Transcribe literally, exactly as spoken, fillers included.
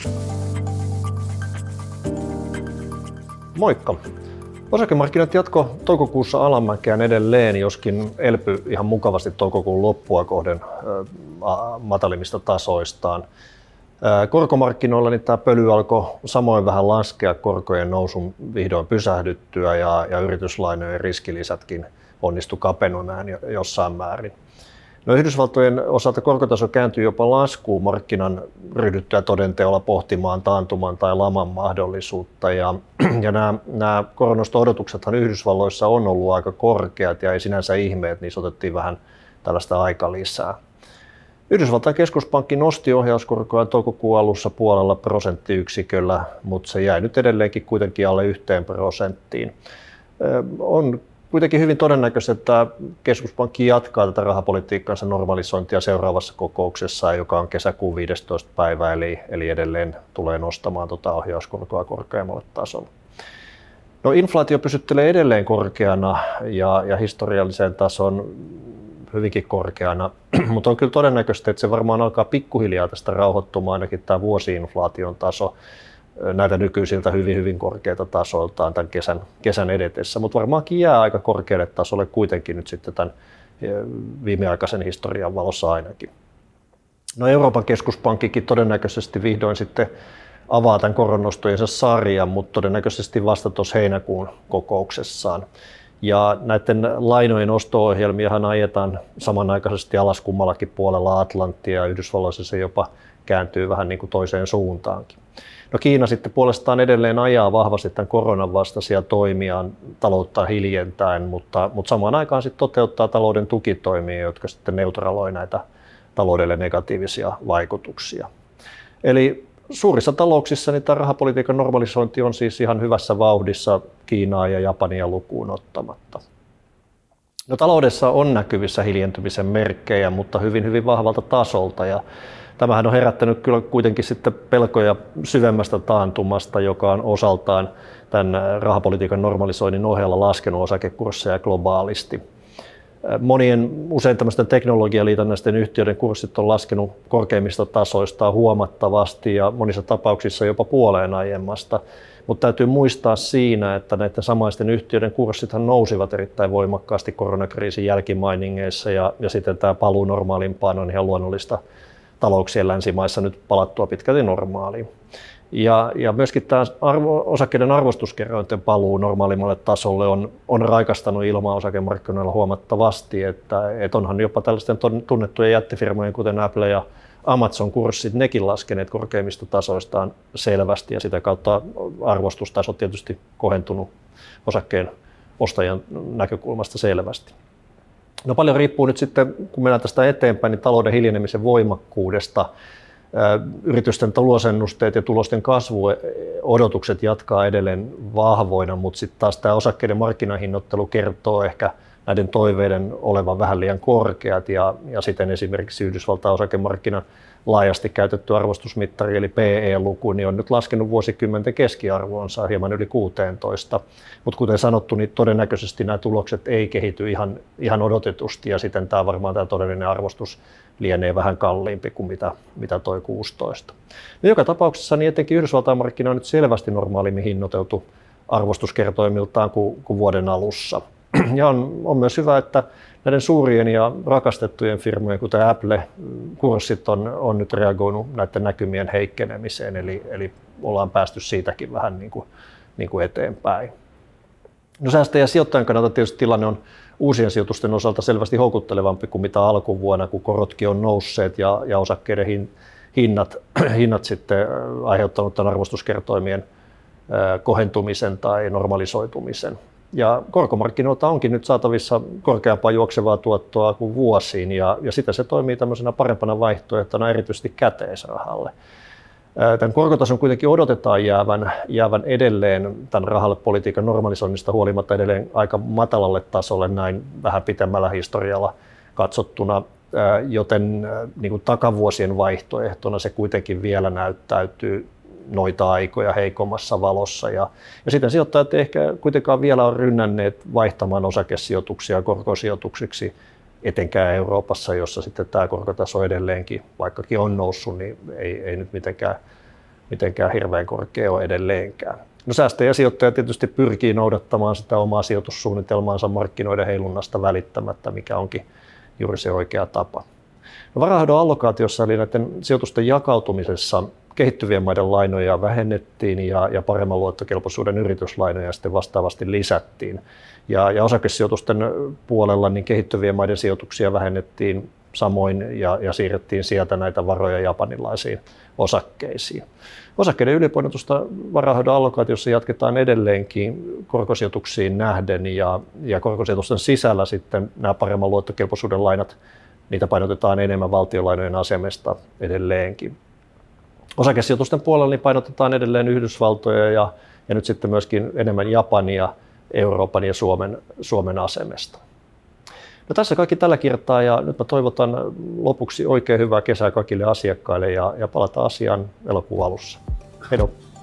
Moikka! Osakemarkkinat jatko toukokuussa alamäkeään edelleen, joskin elpy ihan mukavasti toukokuun loppua kohden matalimmista tasoistaan. Korkomarkkinoilla niin tämä pöly alkoi samoin vähän laskea korkojen nousun vihdoin pysähdyttyä ja, ja yrityslainojen riskilisätkin onnistui kapenemaan jossain määrin. No, Yhdysvaltojen osalta korkotaso kääntyi jopa laskuun markkinan ryhdyttyä todenteolla pohtimaan taantuman tai laman mahdollisuutta. Ja, ja nämä, nämä koronosto-odotuksethan Yhdysvalloissa on ollut aika korkeat ja ei sinänsä ihme, että niissä otettiin vähän tällaista aikalisää. Yhdysvaltain keskuspankki nosti ohjauskorkoa toukokuun alussa puolella prosenttiyksiköllä, mutta se jäi nyt edelleenkin kuitenkin alle yhteen prosenttiin. On kuitenkin hyvin todennäköistä, että keskuspankki jatkaa tätä rahapolitiikkansa normalisointia seuraavassa kokouksessa, joka on kesäkuun viidestoista päivä, eli, eli edelleen tulee nostamaan tuota ohjauskorkoa korkeammalle tasolle. No, inflaatio pysyttelee edelleen korkeana ja, ja historiallisen tason hyvinkin korkeana, mutta on kyllä todennäköistä, että se varmaan alkaa pikkuhiljaa tästä rauhoittumaan, ainakin tämä vuosi-inflaation taso näitä nykyisiltä hyvin, hyvin korkeita tasoiltaan tämän kesän, kesän edetessä, mutta varmaankin jää aika korkealle tasolle kuitenkin nyt sitten tämän viimeaikaisen historian valossa ainakin. No, Euroopan keskuspankkikin todennäköisesti vihdoin sitten avaa tämän koronnostojensa sarjan, mutta todennäköisesti vasta tuossa heinäkuun kokouksessaan. Ja näiden lainojen osto-ohjelmiahan ajetaan samanaikaisesti alas kummallakin puolella Atlanttia, ja Yhdysvalloissa se jopa kääntyy vähän niin kuin toiseen suuntaankin. No, Kiina sitten puolestaan edelleen ajaa vahvasti tämän koronan vastaisia toimiaan taloutta hiljentäen, mutta, mutta samaan aikaan sitten toteuttaa talouden tukitoimia, jotka sitten neutraloi näitä taloudelle negatiivisia vaikutuksia. Eli suurissa talouksissa niin tämä rahapolitiikan normalisointi on siis ihan hyvässä vauhdissa Kiinaa ja Japania lukuun ottamatta. No, taloudessa on näkyvissä hiljentymisen merkkejä, mutta hyvin hyvin vahvalta tasolta, ja tämähän on herättänyt kyllä kuitenkin sitten pelkoja syvemmästä taantumasta, joka on osaltaan tämän rahapolitiikan normalisoinnin ohella laskenut osakekursseja globaalisti. Monien usein tämmöisten teknologialiitännäisten yhtiöiden kurssit on laskenut korkeimmista tasoistaan huomattavasti ja monissa tapauksissa jopa puoleen aiemmasta. Mutta täytyy muistaa siinä, että näiden samaisten yhtiöiden kurssithan nousivat erittäin voimakkaasti koronakriisin jälkimainingeissa ja, ja sitten tämä paluu normaalimpaan on ihan luonnollista talouksien länsimaissa nyt palattua pitkälti normaaliin. Ja, ja myöskin tämä arvo, osakkeiden arvostuskerrointen paluu normaalimmalle tasolle on, on raikastanut ilmaa osakemarkkinoilla huomattavasti, että et onhan jopa tällaisten tunnettujen jättifirmojen kuten Apple ja Amazon kurssit nekin laskeneet korkeimmista tasoistaan selvästi ja sitä kautta arvostustaso tietysti kohentunut osakkeen ostajan näkökulmasta selvästi. No, paljon riippuu nyt sitten, kun mennään tästä eteenpäin, niin talouden hiljenemisen voimakkuudesta. Yritysten tulosennusteet ja tulosten kasvuodotukset jatkaa edelleen vahvoina, mutta sitten taas tämä osakkeiden markkinahinnoittelu kertoo ehkä näiden toiveiden olevan vähän liian korkeat ja, ja siten esimerkiksi Yhdysvaltain osakemarkkinan laajasti käytetty arvostusmittari eli P E-luku niin on nyt laskenut vuosikymmenten keskiarvoonsa hieman yli kuusitoista, mutta kuten sanottu, niin todennäköisesti nämä tulokset ei kehity ihan, ihan odotetusti ja siten tämä varmaan tämä todellinen arvostus lienee vähän kalliimpi kuin mitä, mitä toi kuusitoista. No, joka tapauksessa niin etenkin Yhdysvaltain markkina on nyt selvästi normaalimmin hinnoiteltu arvostuskertoimiltaan kuin, kuin vuoden alussa. Ja on, on myös hyvä, että näiden suurien ja rakastettujen firmojen, kuten Apple, kurssit on, on nyt reagoinut näiden näkymien heikkenemiseen, eli, eli ollaan päästy siitäkin vähän niin kuin, niin kuin eteenpäin. No, säästäjän ja sijoittajan kannalta tietysti tilanne on uusien sijoitusten osalta selvästi houkuttelevampi kuin mitä alkuvuonna, kun korotkin on nousseet ja, ja osakkeiden hin, hinnat, hinnat sitten aiheuttanut tämän arvostuskertoimien kohentumisen tai normalisoitumisen. Ja korkomarkkinoilta onkin nyt saatavissa korkeampaa juoksevaa tuottoa kuin vuosiin ja, ja sitä se toimii tämmöisenä parempana vaihtoehtona erityisesti käteisrahalle. Tämän korkotason kuitenkin odotetaan jäävän, jäävän edelleen tämän rahapolitiikan normalisoinnista huolimatta edelleen aika matalalle tasolle näin vähän pitemmällä historialla katsottuna, joten niin kuin takavuosien vaihtoehtona se kuitenkin vielä näyttäytyy noita aikoja heikommassa valossa. Ja, ja sitten sijoittajat ehkä kuitenkaan vielä on rynnänneet vaihtamaan osakesijoituksia korkosijoituksiksi, etenkään Euroopassa, jossa sitten tämä korkotaso edelleenkin, vaikkakin on noussut, niin ei, ei nyt mitenkään mitenkään hirveän korkea ole edelleenkään. No säästäjä ja sijoittaja tietysti pyrkii noudattamaan sitä omaa sijoitussuunnitelmaansa markkinoiden heilunnasta välittämättä, mikä onkin juuri se oikea tapa. No varainhoidon allokaatiossa eli näiden sijoitusten jakautumisessa kehittyvien maiden lainoja vähennettiin ja, ja paremman luottokelpoisuuden yrityslainoja sitten vastaavasti lisättiin. Ja, ja osakesijoitusten puolella niin kehittyvien maiden sijoituksia vähennettiin samoin ja, ja siirrettiin sieltä näitä varoja japanilaisiin osakkeisiin. Osakkeiden ylipainotusta varainhoidon allokaatiossa jatketaan edelleenkin korkosijoituksiin nähden ja, ja korkosijoitusten sisällä sitten nämä paremman luottokelpoisuuden lainat, niitä painotetaan enemmän valtionlainojen asemesta edelleenkin. Osakesijoitusten puolella niin painotetaan edelleen Yhdysvaltoja ja, ja nyt sitten myöskin enemmän Japania, Euroopan ja Suomen, Suomen asemesta. No tässä kaikki tällä kertaa ja nyt mä toivotan lopuksi oikein hyvää kesää kaikille asiakkaille ja, ja palataan asiaan elokuun alussa. Heidon.